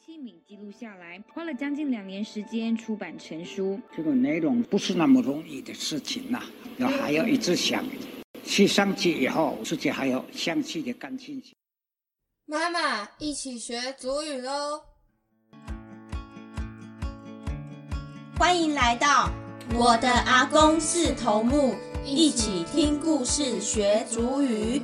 器皿记录下来，花了将近2年时间出版成书。 这个内容不是那么容易的事情呐，还要一直想，去上去以后，自己还有详细的感兴趣。 妈妈，一起学族语喽！ 欢迎来到我的阿公是头目，一起听故事学族语。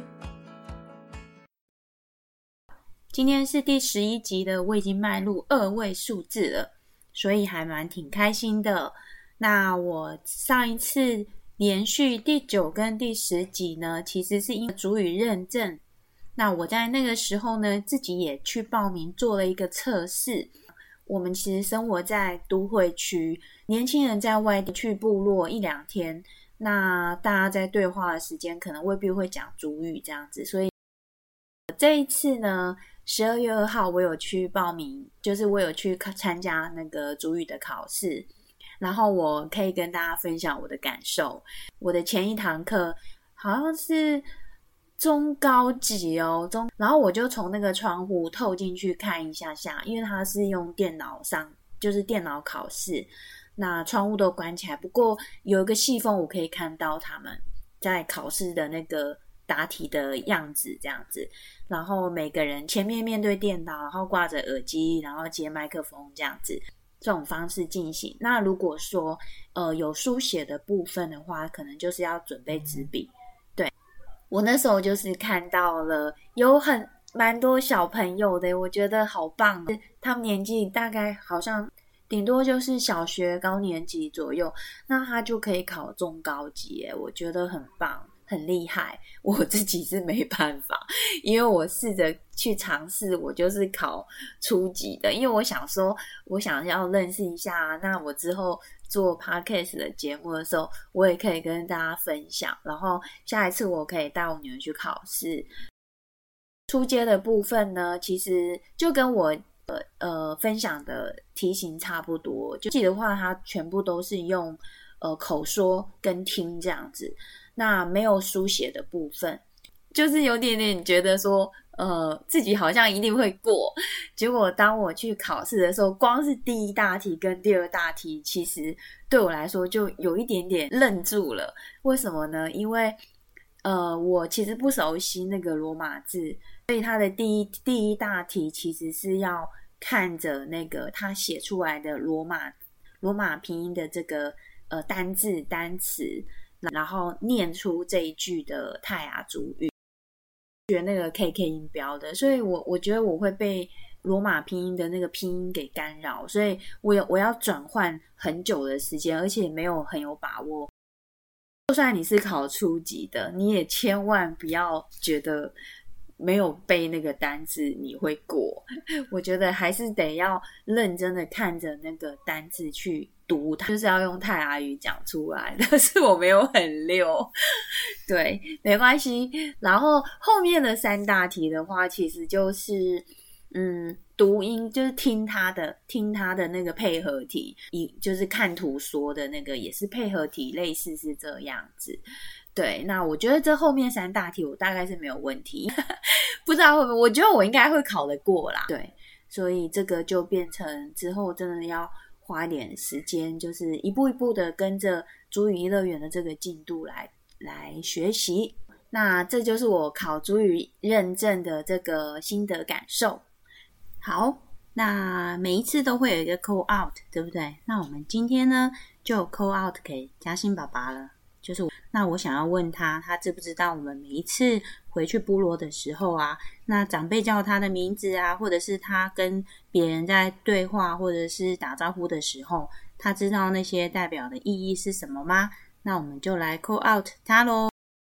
今天是第11集的，我已经迈入2位数字了，所以还挺开心的。那我上一次连续第9跟第10集呢，其实是因为族语认证。那我在那个时候呢，自己也去报名做了一个测试。我们其实生活在都会区，年轻人在外地去部落1-2天，那大家在对话的时间可能未必会讲族语这样子，所以这一次呢12月2号我有去报名，就是我有去参加那个族语的考试，然后我可以跟大家分享我的感受。我的前一堂课好像是中高级哦，然后我就从那个窗户透进去看一下下，因为它是用电脑上，就是电脑考试，那窗户都关起来，不过有一个细缝我可以看到他们在考试的那个答题的样子这样子，然后每个人前面面对电脑，然后挂着耳机，然后接麦克风这样子，这种方式进行。那如果说有书写的部分的话，可能就是要准备纸笔。对，我那时候就是看到了有蛮多小朋友的，我觉得好棒哦。他们年纪大概好像顶多就是小学高年级左右，那他就可以考中高级耶，我觉得很棒很厉害。我自己是没办法，因为我试着去尝试，我就是考初级的，因为我想说我想要认识一下，那我之后做 podcast 的节目的时候我也可以跟大家分享，然后下一次我可以带我女儿去考试。初阶的部分呢，其实就跟我分享的题型差不多，就记得话它全部都是用口说跟听这样子，那没有书写的部分，就是有点觉得说自己好像一定会过，结果当我去考试的时候，光是第1大题跟第2大题其实对我来说就有一点点愣住了。为什么呢？因为我其实不熟悉那个罗马字，所以它的第一大题其实是要看着那个他写出来的罗马拼音的这个单字单词，然后念出这一句的泰雅族语，学那个 KK 音标的，所以我觉得我会被罗马拼音的那个拼音给干扰，所以我要转换很久的时间，而且没有很有把握。就算你是考初级的，你也千万不要觉得没有背那个单字你会过，我觉得还是得要认真的看着那个单字去读它，就是要用泰雅语讲出来，但是我没有很溜，对，没关系。然后后面的3大题的话，其实就是读音，就是听他的那个配合题，就是看图说的那个也是配合题，类似是这样子。对，那我觉得这后面3大题我大概是没有问题不知道会不会，我觉得我应该会考得过啦。对，所以这个就变成之后真的要花一点时间，就是一步一步的跟着族语乐园的这个进度来学习。那这就是我考族语认证的这个心得感受。好，那每一次都会有一个 call out， 对不对？那我们今天呢就 call out 给嘉欣爸爸了，就是那我想要问他知不知道我们每一次回去部落的时候啊，那长辈叫他的名字啊，或者是他跟别人在对话或者是打招呼的时候，他知道那些代表的意义是什么吗？那我们就来 call out 他咯。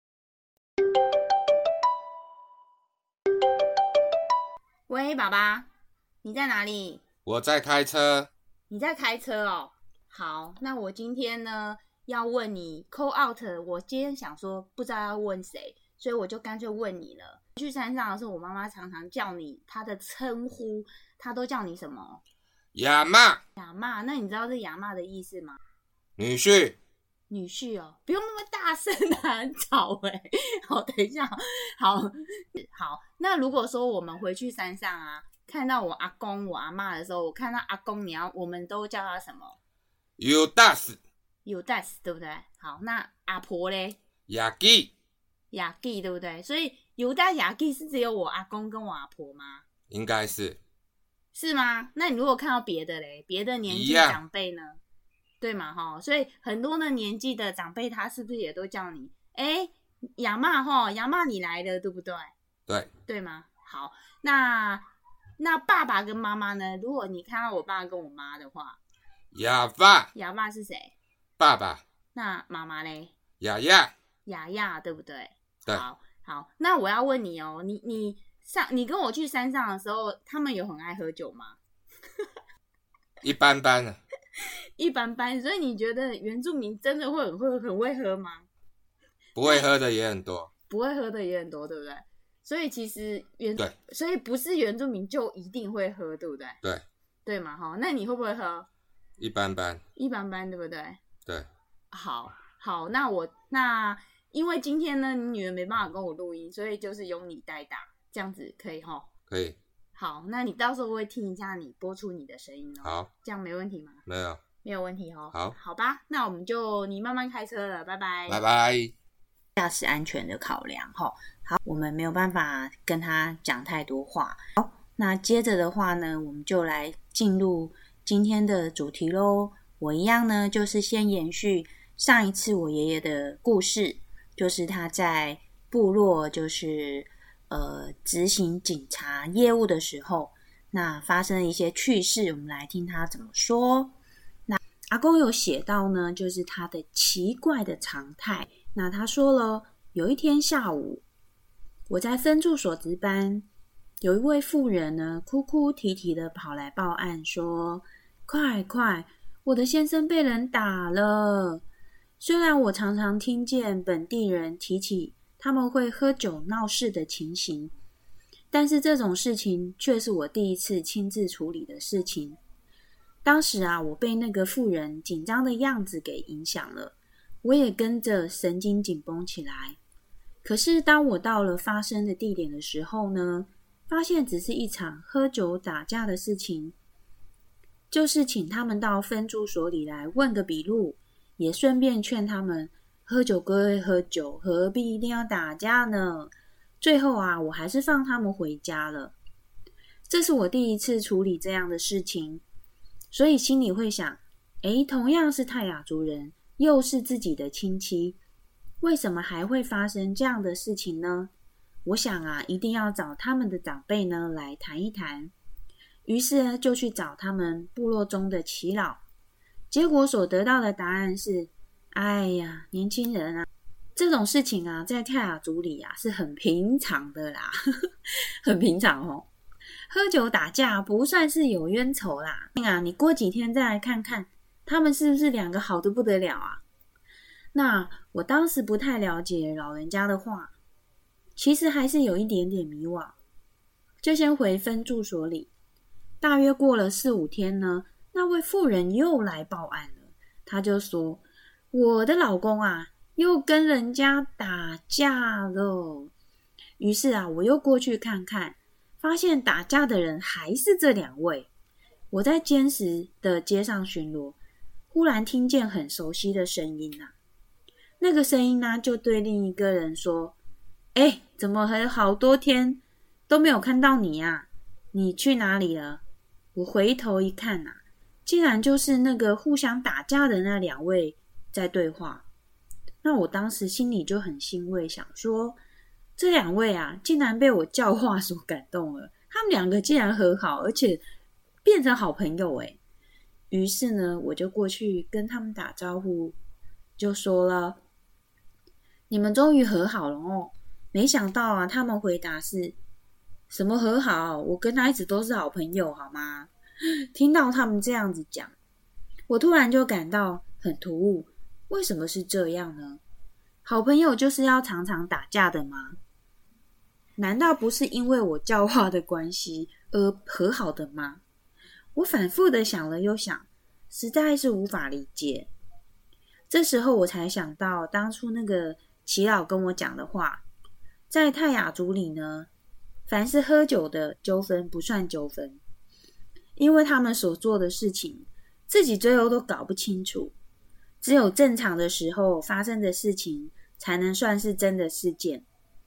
喂，爸爸，你在哪里？ 我在开车。 你在开车哦。好，那我今天呢要问你 call out， 我今天想说不知道要问谁，所以我就干脆问你了。去山上的时候，我妈妈常常叫你，她的称呼，她都叫你什么？ 亚妈。 亚妈，那你知道这亚妈的意思吗？ 女婿。 女婿哦，不用那么大声啊，很吵欸。好，等一下，好，那如果说我们回去山上啊， 看到我阿公我阿嬷的时候，我看到阿公我们都叫他什么？ 尤达斯、 有代斯，对不对？好，那阿婆嘞？ 雅基， 雅基，对不对？所以有代雅基是只有我阿公跟我阿婆吗？ 应该是是吗？那你如果看到别的嘞，别的年纪一样长辈呢？对嘛齁？所以很多的年纪的长辈，他是不是也都叫你亚嬷齁，亚嬷你来了，对不对？ 对， 对吗？好，那爸爸跟妈妈呢？如果你看到我爸跟我妈的话， 亚爸、 亚爸是谁？ 爸爸、 那妈妈嘞？ 雅雅， 雅雅，对不对？ 对， 好，那我要问你哦，你跟我去山上的时候，他们有很爱喝酒吗？ 一般般啊， 一般般，所以你觉得原住民真的会很会喝吗？ 不会喝的也很多。 不会喝的也很多，对不对？所以其实对， 所以不是原住民就一定会喝，对不对？ 对， 对嘛，哈，那你会不会喝？ 一般般。 一般般，对不对？ 对， 好，那因为今天呢，你女儿没办法跟我录音，所以就是由你代打，这样子可以齁？ 可以。 好，那你到时候会听一下你播出你的声音哦。 好， 这样没问题吗？ 没有， 没有问题哦。 好， 好吧，那我们就你慢慢开车了，拜拜。 拜拜。 驾驶安全的考量齁。好，我们没有办法跟他讲太多话。好，那接着的话呢，我们就来进入今天的主题咯。我一样呢，就是先延续上一次我爷爷的故事，就是他在部落就是执行警察业务的时候，那发生了一些趣事，我们来听他怎么说。那阿公有写到呢，就是他的奇怪的常态。那他说了，有一天下午，我在分驻所值班，有一位妇人呢，哭哭啼啼的跑来报案说：“快快，我的先生被人打了。”虽然我常常听见本地人提起他们会喝酒闹事的情形，但是这种事情却是我第一次亲自处理的事情。当时啊，我被那个妇人紧张的样子给影响了，我也跟着神经紧绷起来。可是当我到了发生的地点的时候呢，发现只是一场喝酒打架的事情，就是请他们到分驻所里来问个笔录，也顺便劝他们喝酒归喝酒，何必一定要打架呢？最后啊，我还是放他们回家了。这是我第一次处理这样的事情，所以心里会想，同样是泰雅族人，又是自己的亲戚，为什么还会发生这样的事情呢？我想啊，一定要找他们的长辈呢来谈一谈。于是呢，就去找他们部落中的耆老。结果所得到的答案是，哎呀，年轻人啊，这种事情啊，在泰雅族里啊是很平常的啦，很平常哦。喝酒打架不算是有冤仇啦，你过几天再来看看，他们是不是两个好得不得了啊？那我当时不太了解老人家的话，其实还是有一点点迷惘，就先回分驻所里。大约过了4-5天呢，那位妇人又来报案了。她就说，我的老公啊，又跟人家打架了。于是啊，我又过去看看，发现打架的人还是这2位。我在坚实的街上巡逻，忽然听见很熟悉的声音啊。那个声音呢，就对另一个人说，怎么还有好多天都没有看到你啊？你去哪里了？我回头一看啊，竟然就是那个互相打架的那2位在对话。那我当时心里就很欣慰，想说这2位啊，竟然被我教化所感动了，他们2个竟然和好，而且变成好朋友诶。于是呢，我就过去跟他们打招呼，就说了，你们终于和好了哦。没想到啊，他们回答是，什么和好？我跟他一直都是好朋友，好吗？听到他们这样子讲，我突然就感到很突兀。为什么是这样呢？好朋友就是要常常打架的吗？难道不是因为我教化的关系而和好的吗？我反复的想了又想，实在是无法理解。这时候我才想到当初那个耆老跟我讲的话，在泰雅族里呢， 凡是喝酒的纠纷不算纠纷，因为他们所做的事情自己最后都搞不清楚，只有正常的时候发生的事情才能算是真的事件。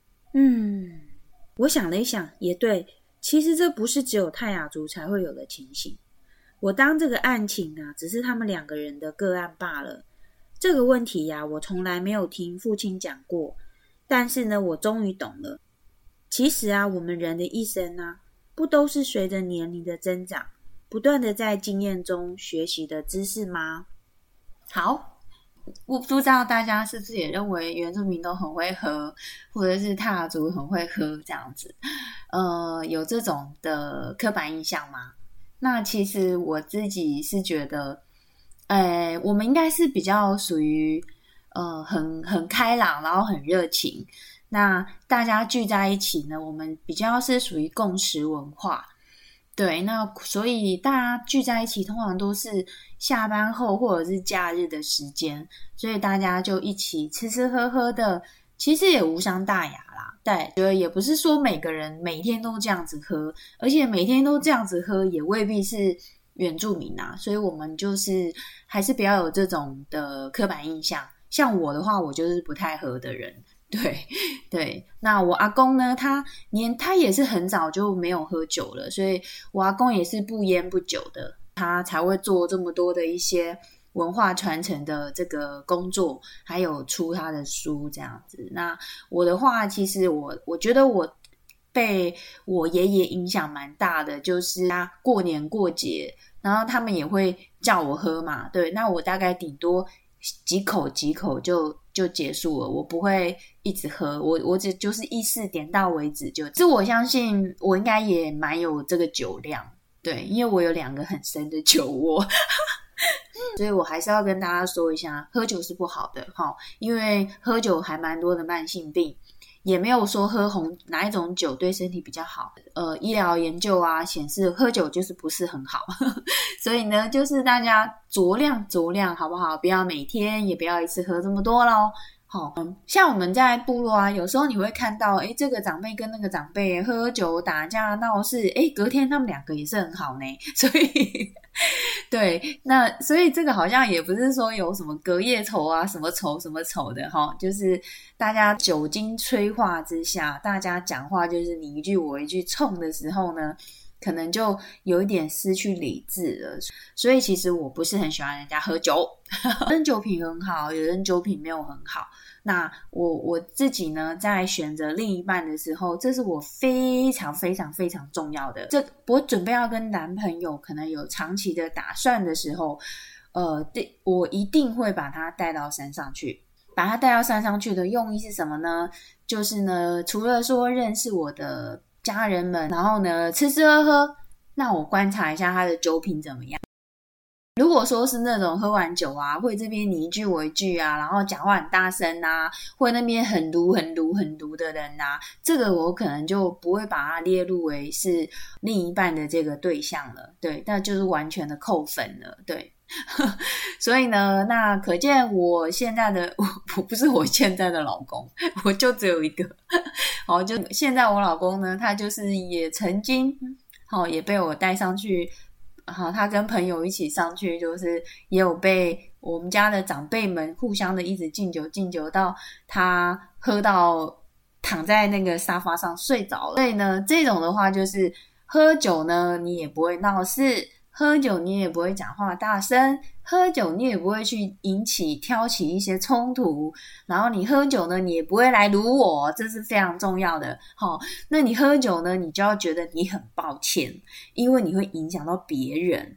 我想了一想，也对，其实这不是只有泰雅族才会有的情形。我当这个案情啊，只是他们2个人的个案罢了。这个问题呀，我从来没有听父亲讲过，但是呢，我终于懂了。其实啊，我们人的一生啊，不都是随着年龄的增长，不断的在经验中学习的知识吗？好，我不知道大家是不是也认为原住民都很会喝，或者是泰雅族很会喝这样子，有这种的刻板印象吗？那其实我自己是觉得，我们应该是比较属于很开朗，然后很热情。那大家聚在一起呢，我们比较是属于共识文化。对，那所以大家聚在一起通常都是下班后或者是假日的时间，所以大家就一起吃吃喝喝的，其实也无伤大雅啦。对，觉得也不是说每个人每天都这样子喝，而且每天都这样子喝也未必是原住民啊，所以我们就是还是不要有这种的刻板印象。像我的话，我就是不太喝的人。对，那我阿公呢，他也是很早就没有喝酒了，所以我阿公也是不烟不酒的，他才会做这么多的一些文化传承的这个工作，还有出他的书这样子。那我的话，其实我觉得我被我爷爷影响蛮大的，就是他过年过节，然后他们也会叫我喝嘛，对，那我大概顶多几口就结束了，我不会一直喝，我只就是意识点到为止就。这我相信我应该也蛮有这个酒量，对，因为我有2个很深的酒窝，所以我还是要跟大家说一下，喝酒是不好的齁，因为喝酒还蛮多的慢性病，也没有说喝哪一种酒对身体比较好。医疗研究啊显示喝酒就是不是很好，所以呢，就是大家酌量好不好？不要每天，也不要一次喝这么多咯。好，像我们在部落啊，有时候你会看到，这个长辈跟那个长辈喝酒打架闹事，隔天他们2个也是很好呢。所以，对，那所以这个好像也不是说有什么隔夜仇啊，什么仇的哈，就是大家酒精催化之下，大家讲话就是你一句我一句冲的时候呢，可能就有一点失去理智了。所以其实我不是很喜欢人家喝酒，有人酒品很好，有人酒品没有很好。那我自己呢，在选择另一半的时候，这是我非常非常非常重要的。我准备要跟男朋友可能有长期的打算的时候，我一定会把他带到山上去。把他带到山上去的用意是什么呢？就是呢，除了说认识我的家人们，然后呢吃吃喝喝，那我观察一下他的酒品怎么样。如果说是那种喝完酒啊，会这边你一句我一句啊，然后讲话很大声啊，或那边很毒的人啊，这个我可能就不会把它列入为是另一半的这个对象了，对，那就是完全的扣分了，对。所以呢，那可见我现在的我不是我现在的老公，我就只有一个。好，就现在我老公呢，他就是也曾经也被我带上去。好，他跟朋友一起上去，就是也有被我们家的长辈们互相的一直敬酒到他喝到躺在那个沙发上睡着了。所以呢，这种的话就是喝酒呢，你也不会闹事，喝酒你也不会讲话大声，喝酒你也不会去挑起一些冲突，然后你喝酒呢，你也不会来辱我，这是非常重要的。那你喝酒呢，你就要觉得你很抱歉，因为你会影响到别人。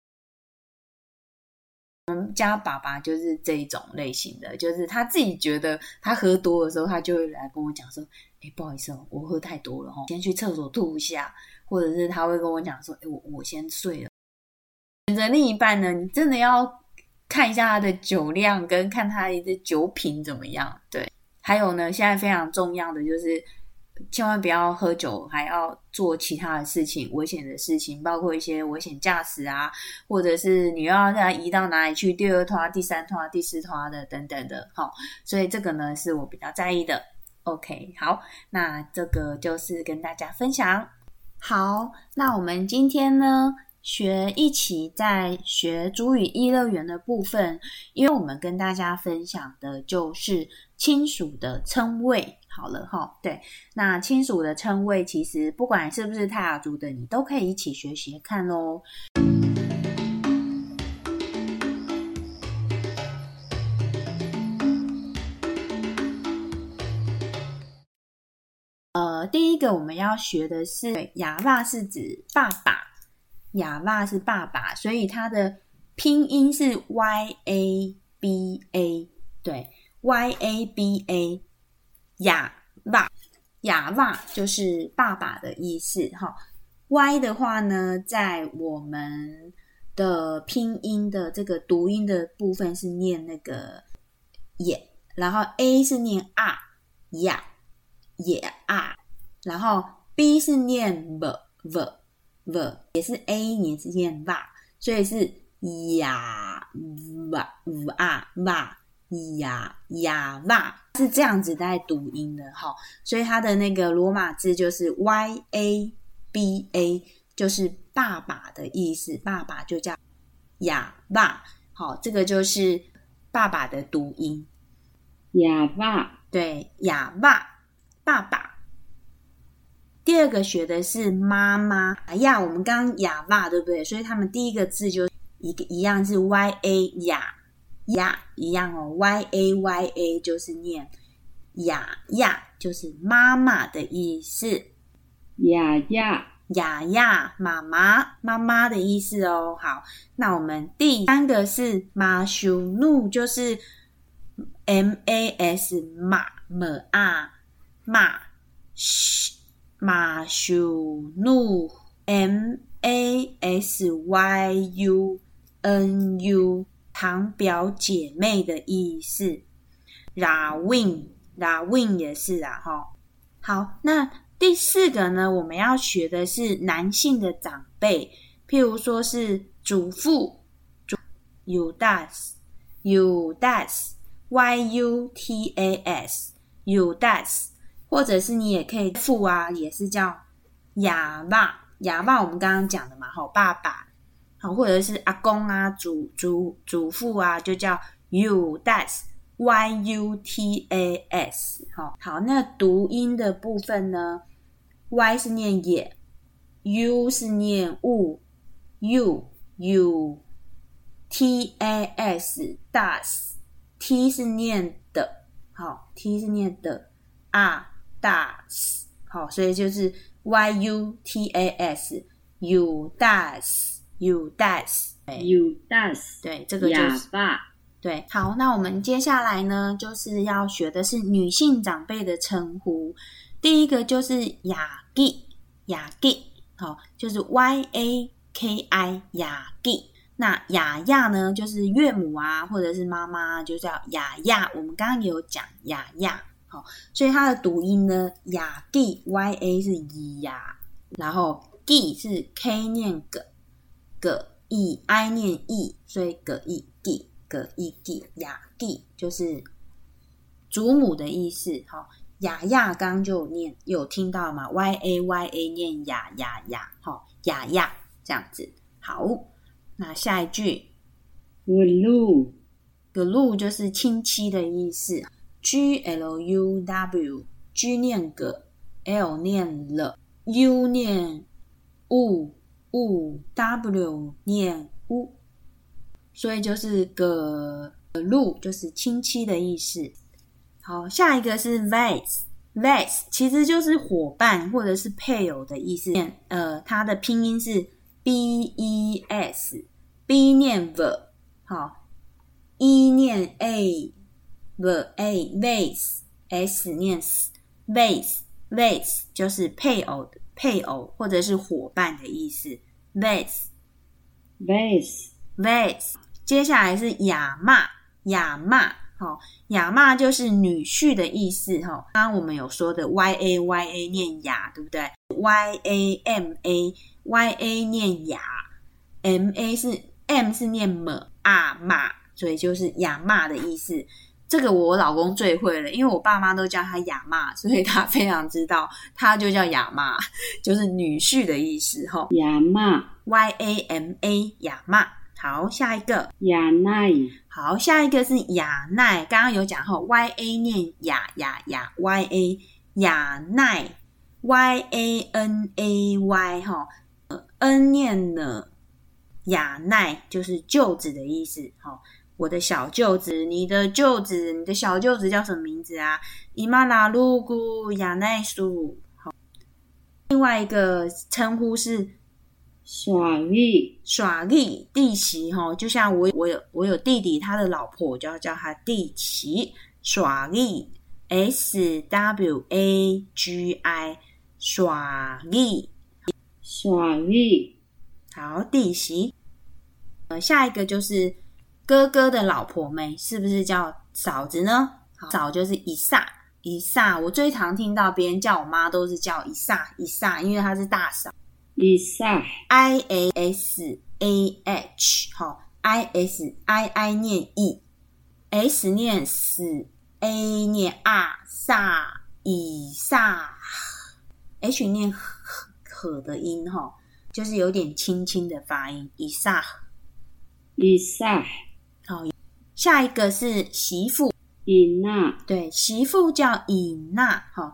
我们家爸爸就是这种类型的，就是他自己觉得他喝多的时候，他就会来跟我讲说，不好意思我喝太多了先去厕所吐一下，或者是他会跟我讲说，我先睡了。选择另一半呢，你真的要看一下他的酒量，跟看他的酒品怎么样。对，还有呢，现在非常重要的就是千万不要喝酒还要做其他的事情，危险的事情，包括一些危险驾驶啊，或者是你要让他移到哪里去，第2拖、第3拖、第4拖的等等的。所以这个呢是我比较在意的。 OK， 好，那这个就是跟大家分享。好，那我们今天呢一起在学族语一乐园的部分，因为我们跟大家分享的就是亲属的称谓。好了齁，对，那亲属的称谓其实不管是不是泰雅族的，你都可以一起学学看咯。第一个我们要学的是亚爸是指爸爸，亚爸是爸爸，所以它的拼音是 YABA， 对 YABA， 亚爸，亚爸就是爸爸的意思齁。Y 的话呢，在我们的拼音的这个读音的部分是念那个也，然后 A 是念啊呀也啊，然后 B 是念 v， 也是 A 也是念 v， 所以是呀 v 啊 v 呀 v， 是这样子在读音的齁。所以它的那个罗马字就是 YABA， 就是爸爸的意思，爸爸就叫呀 v。 好，这个就是爸爸的读音， 呀 v， 对，呀 v， 爸爸。第二个学的是妈妈呀，我们刚刚亚爸对不对？所以他们第一个字就一样是 YA 呀一样哦 ，YA 就是念呀，就是妈妈的意思， 呀妈妈的意思哦。好，那我们第三个是马修努，就是 MAS 马修努 MASYUNU， 堂表姐妹的意思。Rawin 也是啊齁。好，那第四个呢，我们要学的是男性的长辈，譬如说是祖父，Yudas Yudas， 或者是你也可以父啊，也是叫亚爸，我们刚刚讲的嘛，爸爸，好，或者是阿公啊，祖父啊，就叫 Yudas， 好，那读音的部分呢 ，Y 是念也 ，U 是念u，TAS das，T 是念的，好 ，T 是念的das， 好，所以就是 YUTAS Yudas， 对， 这个就是亚爸。 对，好，那我们接下来呢，就是要学的是女性长辈的称呼。第一个就是雅基，好，就是 YAKI 雅基。那雅亚呢，就是岳母啊，或者是妈妈，就叫雅亚。我们刚刚有讲雅亚，好，所以它的读音呢，雅基 YA 是雅，然后 G 是 K 念个 E I 念 E， 所以个 E G。雅基就是祖母的意思，好，雅亚刚刚就有聽到嘛 ，YA 念雅，好，雅亚这样子，好，那下一句 ，glu 就是亲戚的意思 ，GLUW G 念个 ，L 念了 ，U 念 W 念 U。所以就是个路就是亲戚的意思。好，下一个是 Vase， 其实就是伙伴或者是配偶的意思。它的拼音是 BES， B 念 V， 好 ，E 念 Vase， S 念 Vase 就是配偶或者是伙伴的意思。Vase。接下来是亚妈，亚妈就是女婿的意思。刚刚我们有说的 YA 念亚，对不对？ YA 念亚， M 是念妈，所以就是亚妈的意思。 这个我老公最会了，因为我爸妈都叫他亚妈，所以他非常知道，他就叫亚妈，就是女婿的意思齁。 亚妈 YAMA 亚妈。好，下一个亚奈， 好，下一个是亚奈，刚刚有讲齁 YA 念亚YA 亚奈 YANAY 齁N 念呢亚奈就是舅子的意思齁。我的小舅子，你的舅子，你的小舅子叫什么名字啊？伊玛拉鲁古亚奈苏。另外一个称呼是耍力弟媳齁，就像我有弟弟，他的老婆我就要叫他弟媳，耍力 SWAGI 耍力。好，弟媳。下一个就是哥哥的老婆们，是不是叫嫂子呢？嫂就是伊萨，我最常听到别人叫我妈都是叫伊萨，因为她是大嫂。 伊萨 IASAH 好 I 念 E，S 念 S，A 念啊萨以萨 ，H 念呵的音齁，就是有点轻轻的发音，以萨。好，下一个是媳妇， 伊娜， 对，媳妇叫以娜，齁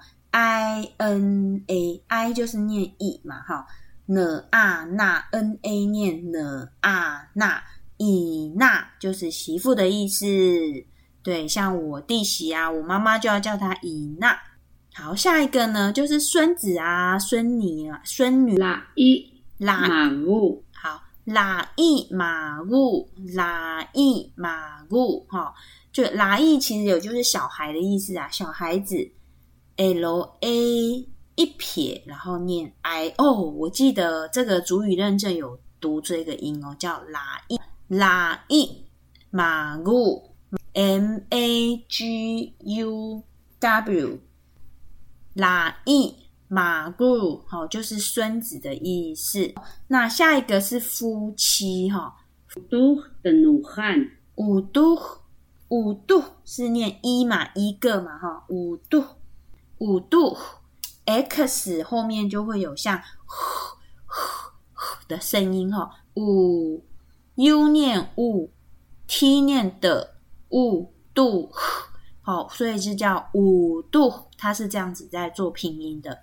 INA，I 就是念 E 嘛，齁。呢啊那 NA 念呢啊那，以那就是媳妇的意思。对，像我弟媳啊，我妈妈就要叫她以那。好，下一个呢就是孙子啊、孙女啊、孙女。 拉伊马古， 好，拉伊马古，就拉伊其实有就是小孩的意思啊，小孩子 LA。一撇，然后念 I 哦，我记得这个主语认证有读这个音哦，叫拉伊马古 MAGUW 拉伊马古，好，就是孙子的意思。那下一个是夫妻哈， 都的努汉， 五度是念一嘛，一个嘛哈，五度。X 后面就会有像的声音齁，五 U 念五 T 念的五度，好，所以就叫五度，它是这样子在做拼音的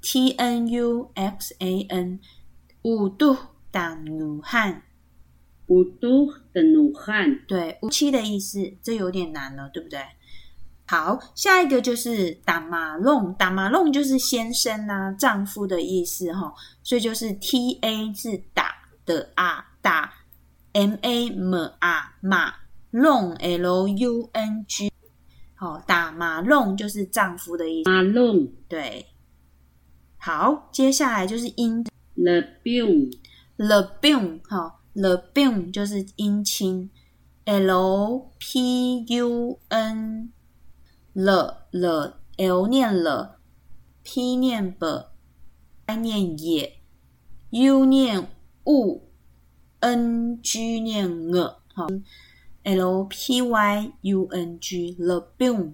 TNUXAN 五度当努汉， 五度的努汉， 对，夫妻的意思，这有点难了，对不对？好，下一个就是打马弄就是先生啊，丈夫的意思齁，所以就是 TA 是打的啊，打 MA 马弄 LUNG， 好，打马弄就是丈夫的意思， 马弄， 对。好，接下来就是姻 le bion 好 le bion 就是姻亲 LPUN了 L 念了 P 念 B，I 念也 U 念物 NG 念好 LPYUNG le bion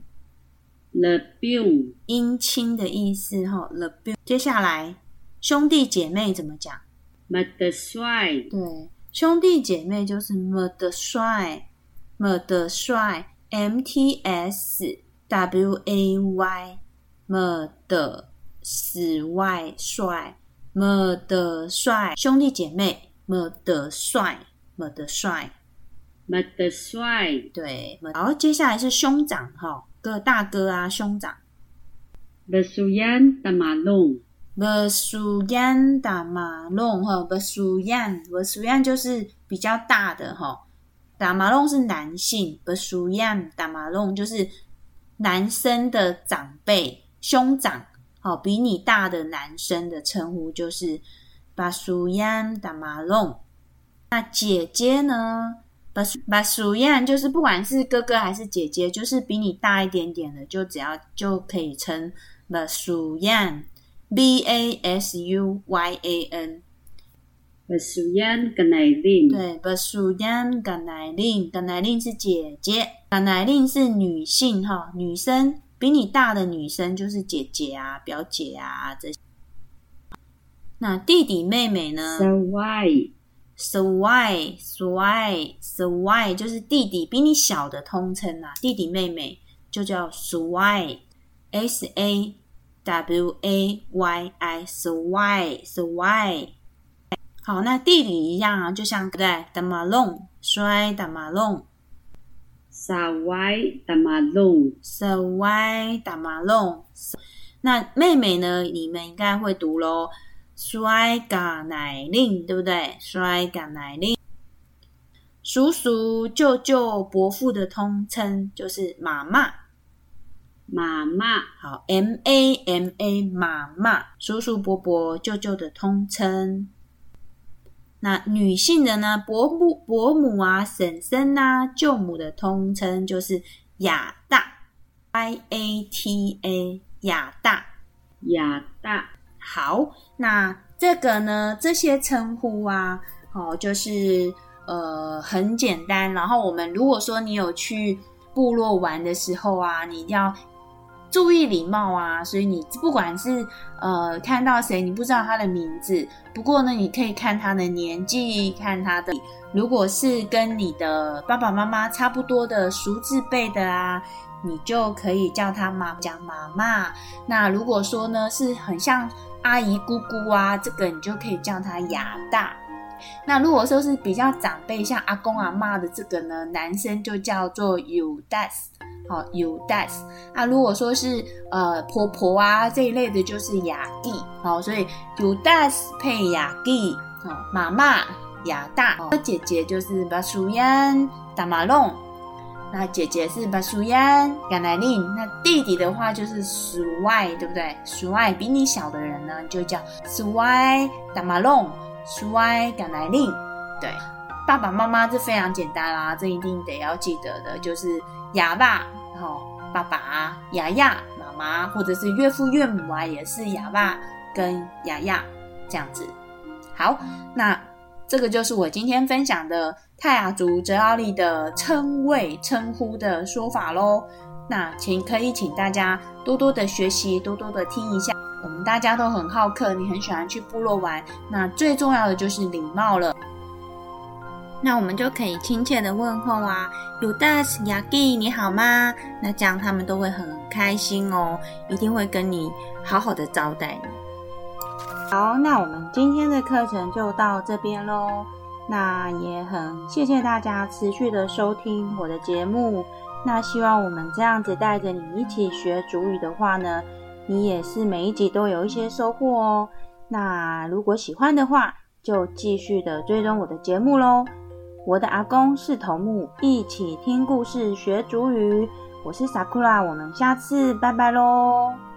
姻亲的意思le bion。接下来兄弟姐妹怎么讲？ me的帅， 对，兄弟姐妹就是 me的帅 MTS WAY 么的死外帅么的帅，兄弟姐妹么的帅对。好，接下来是兄长各大哥啊，兄长 Besuyan Damalong Besuyan Damalong Besuyan 就是比较大的Damalong 是男性 Besuyan Damalong 就是男生的长辈，兄长比你大的男生的称呼就是 Basuyan Damalong。 那姐姐呢 Basuyan 就是不管是哥哥还是姐姐，就是比你大一点点的，就可以称 Basuyan BASUYAN Basuyan Ganailin， 对 ，Basuyan Ganailin 是姐姐 ，Ganailin 是女性哈，女生比你大的女生就是姐姐啊、表姐啊这些。那弟弟妹妹呢 ？Sawai 就是弟弟比你小的通称啊，弟弟妹妹就叫 Sawai Sawai。好，那地理一样啊，就像对 Damalong 摔 Damalong Sawai Damalong。那妹妹呢，你们应该会读咯，摔嘎乃令，对不对？摔嘎乃令。叔叔、舅舅、伯父的通称就是妈妈。好 ，MAMA 妈妈，叔叔、伯伯、舅舅的通称。那女性的呢，伯母啊、婶婶啊、舅母的通称就是亚大 ，IATA 亚大。好，那这个呢，这些称呼啊，就是很简单。然后我们如果说你有去部落玩的时候啊，你要注意礼貌啊，所以你不管是看到谁，你不知道他的名字，不过呢，你可以看他的年纪，看他的，如果是跟你的爸爸妈妈差不多的熟字辈的啊，你就可以叫他讲妈妈。那如果说呢是很像阿姨姑姑啊，这个你就可以叫他亚大。那如果说是比较长辈，像阿公阿嬷的这个呢，男生就叫做 Yudas。好 ，Yudas 啊，如果说是婆婆啊这一类的，就是雅蒂。好，所以 Yudas 配雅蒂，妈妈雅大。姐姐就是 Basuyan Damalong， 那姐姐是 Basuyan Ganailin， 那弟弟的话就是 Suwai， 对不对？ Suwai 比你小的人呢，就叫 Suwai Damalong。Suwai Ganailin， 对，爸爸妈妈这非常简单啦，这一定得要记得的，就是亚爸，然后爸爸、亚亚、妈妈，或者是岳父岳母啊，也是亚爸跟亚亚这样子。好，那这个就是我今天分享的泰雅族泽奥利的称谓、称呼的说法咯。那可以请大家多多的学习，多多的听一下。我们大家都很好客，你很喜欢去部落玩，那最重要的就是礼貌了。那我们就可以亲切的问候啊 ，Yudas Yagi 你好吗？那这样他们都会很开心哦，一定会跟你好好的招待你。好，那我们今天的课程就到这边咯。那也很谢谢大家持续的收听我的节目。那希望我们这样子带着你一起学族语的话呢，你也是每一集都有一些收获哦。那如果喜欢的话，就继续的追踪我的节目咯。我的阿公是头目，一起听故事学族语。我是 Sakura， 我们下次拜拜咯。